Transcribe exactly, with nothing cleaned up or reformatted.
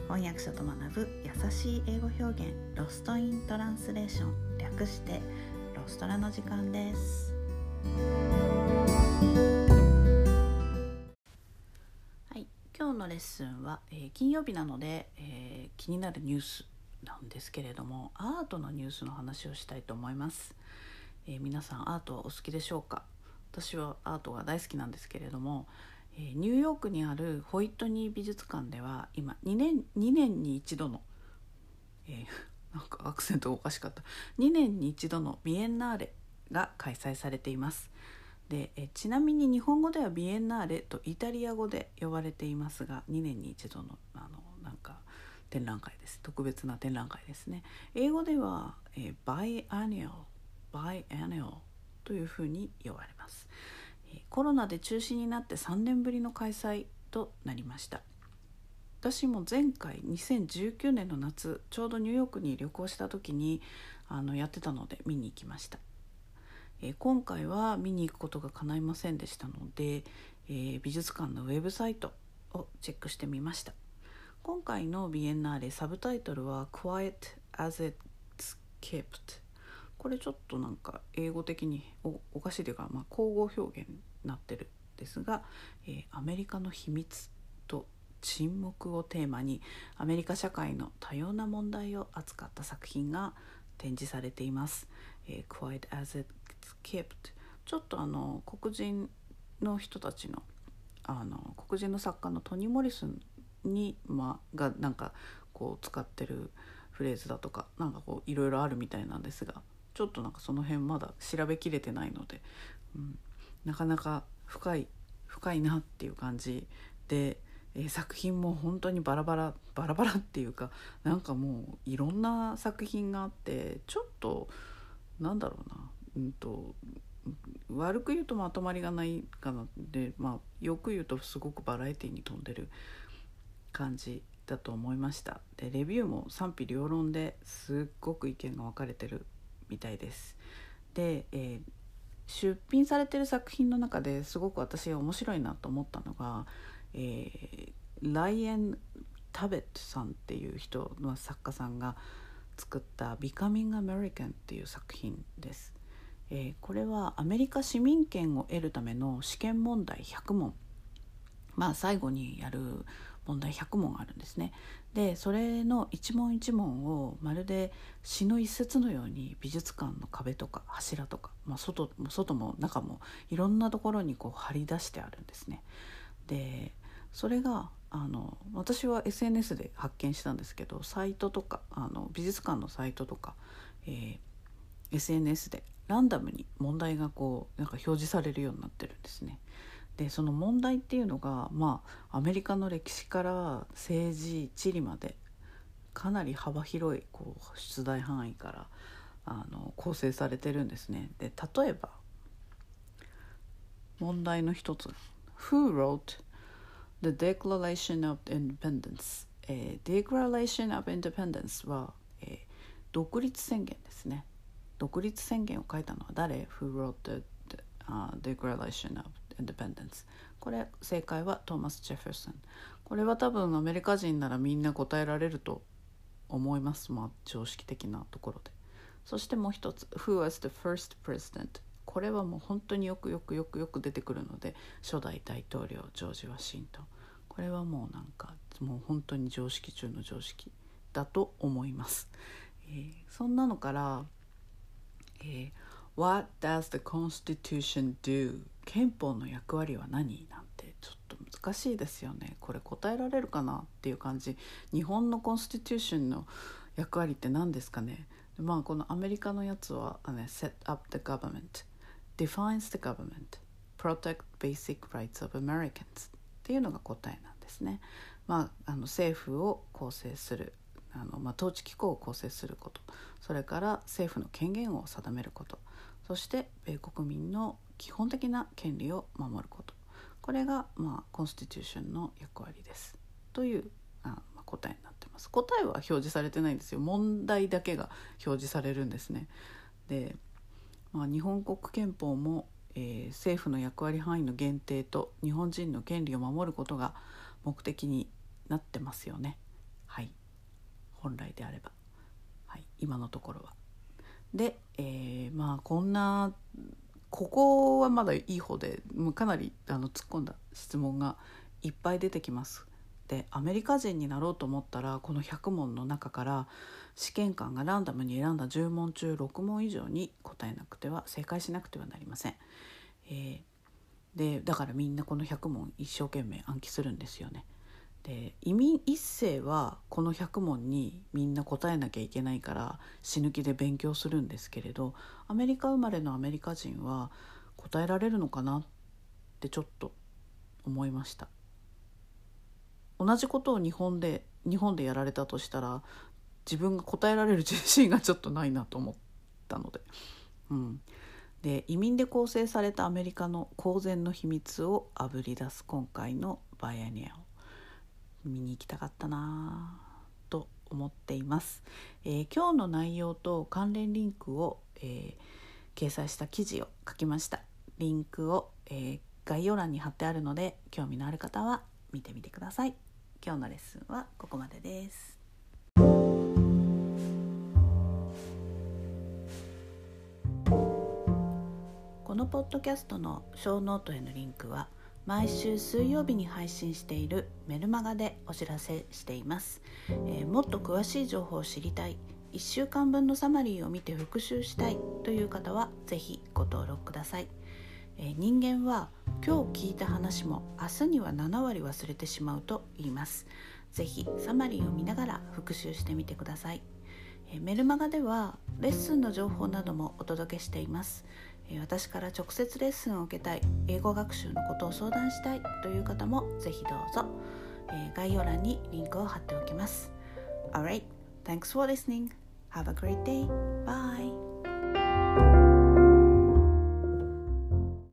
翻訳者と学ぶ優しい英語表現、ロストイントランスレーション、略してロストラの時間です。はい、今日のレッスンは、えー、金曜日なので、えー、気になるニュースなんですけれども、アートのニュースの話をしたいと思います。えー、皆さんアートはお好きでしょうか？私はアートが大好きなんですけれども、えー、ニューヨークにあるホイットニー美術館では今2年、にねんに一度の、えー、なんかアクセントがおかしかったにねんに一度のビエンナーレが開催されています。でえちなみに日本語ではビエンナーレとイタリア語で呼ばれていますが、にねんに一度のあのなんか展覧会です。特別な展覧会ですね。英語では、えー、バイアニュアルバイアニュアルというふうに呼ばれます。コロナで中止になってさんねんぶりの開催となりました。私も前回にせんじゅうきゅうねんの夏、ちょうどニューヨークに旅行した時にあのやってたので見に行きました。えー、今回は見に行くことが叶いませんでしたので、えー、美術館のウェブサイトをチェックしてみました。今回のビエンナーレ、サブタイトルは Quiet as It's Kept。これちょっとなんか英語的に お, おかしいというか、まあ、口語表現になってるんですが、えー、アメリカの秘密と沈黙をテーマにアメリカ社会の多様な問題を扱った作品が展示されています。えー、Quiet as It's Kept。 ちょっとあの黒人の人たちのあの黒人の作家のトニー・モリスンに、まあ、がなんかこう使ってるフレーズだとかなんかこういろいろあるみたいなんですが、ちょっとなんかその辺まだ調べきれてないので、うん、なかなか深い深いなっていう感じで、えー、作品も本当にバラバラバラバラっていうか、なんかもういろんな作品があって、ちょっとなんだろうな、うんと悪く言うとまとまりがないかなで、まあ、よく言うとすごくバラエティに富んでる感じだと思いました。でレビューも賛否両論ですっごく意見が分かれてるみたいです。で、えー、出品されてる作品の中ですごく私が面白いなと思ったのが、えー、ライエン・タベットさんっていう人の作家さんが作った「ビカミング・アメリカン」っていう作品です。えー、これはアメリカ市民権を得るための試験問題ひゃくもん、まあ最後にやる問題ひゃくもんあるんですね。でそれの一問一問をまるで詩の一節のように美術館の壁とか柱とか、まあ、外も外も中もいろんなところにこう貼り出してあるんですね。でそれがあの私は エスエヌエス で発見したんですけど、サイトとかあの美術館のサイトとか、えー、エスエヌエス でランダムに問題がこうなんか表示されるようになってるんですね。でその問題っていうのが、まあ、アメリカの歴史から政治地理までかなり幅広いこう出題範囲からあの構成されてるんですね。で例えば問題の一つ Who wrote the Declaration of Independence？ えー、Declaration of Independence は、えー、独立宣言ですね。独立宣言を書いたのは誰？ Who wrote the, the、uh, Declaration of Independence？ これ正解はトーマス・ジェフェルソン。これは多分アメリカ人ならみんな答えられると思います。まあ常識的なところで。そしてもう一つ Who was the first president？ これはもう本当によくよくよくよく出てくるので、初代大統領ジョージ・ワシントン。これはもうなんかもう本当に常識中の常識だと思います。えー、そんなのからえー、What does the Constitution do？ 憲法の役割は何？なんてちょっと難しいですよね。これ答えられるかなっていう感じ。日本の Constitution の役割って何ですかね。まあこのアメリカのやつは、ね、Set up the government Defines the government Protect basic rights of Americans っていうのが答えなんですね。まあ、あの政府を構成するあの、まあ、統治機構を構成すること、それから政府の権限を定めること、そして米国民の基本的な権利を守ること、これが、まあ、コンスティテューションの役割ですというあ、まあ、答えになってます。答えは表示されてないんですよ。問題だけが表示されるんですね。で、まあ、日本国憲法も、えー、政府の役割範囲の限定と日本人の権利を守ることが目的になってますよね。はい、 本来であれば、はい、今のところは。で、えー、まあこんなここはまだいい方で、もうかなりあの突っ込んだ質問がいっぱい出てきます。でアメリカ人になろうと思ったら、このひゃく問の中から試験官がランダムに選んだじゅう問中ろく問以上に答えなくては正解しなくてはなりません。えー、でだからみんなこのひゃく問一生懸命暗記するんですよね。で移民一世はこのひゃく問にみんな答えなきゃいけないから死ぬ気で勉強するんですけれど、アメリカ生まれのアメリカ人は答えられるのかなってちょっと思いました。同じことを日本で日本でやられたとしたら自分が答えられる自信がちょっとないなと思ったので、うん、で移民で構成されたアメリカの公然の秘密をあぶり出す今回のバイアニアを見に行きたかったなと思っています。えー、今日の内容と関連リンクを、えー、掲載した記事を書きました。リンクを、えー、概要欄に貼ってあるので興味のある方は見てみてください。今日のレッスンはここまでです。このポッドキャストのショーノートへのリンクは毎週水曜日に配信しているメルマガでお知らせしています。えー、もっと詳しい情報を知りたい、いっしゅうかんぶんのサマリーを見て復習したいという方はぜひご登録ください。えー、人間は今日聞いた話も明日にはななわり忘れてしまうと言います。ぜひサマリーを見ながら復習してみてください。えー、メルマガではレッスンの情報などもお届けしています。えー、私から直接レッスンを受けたい、英語学習のことを相談したいという方もぜひどうぞ。えー、概要欄にリンクを貼っておきます。Alright, thanks for listening. Have a great day. Bye.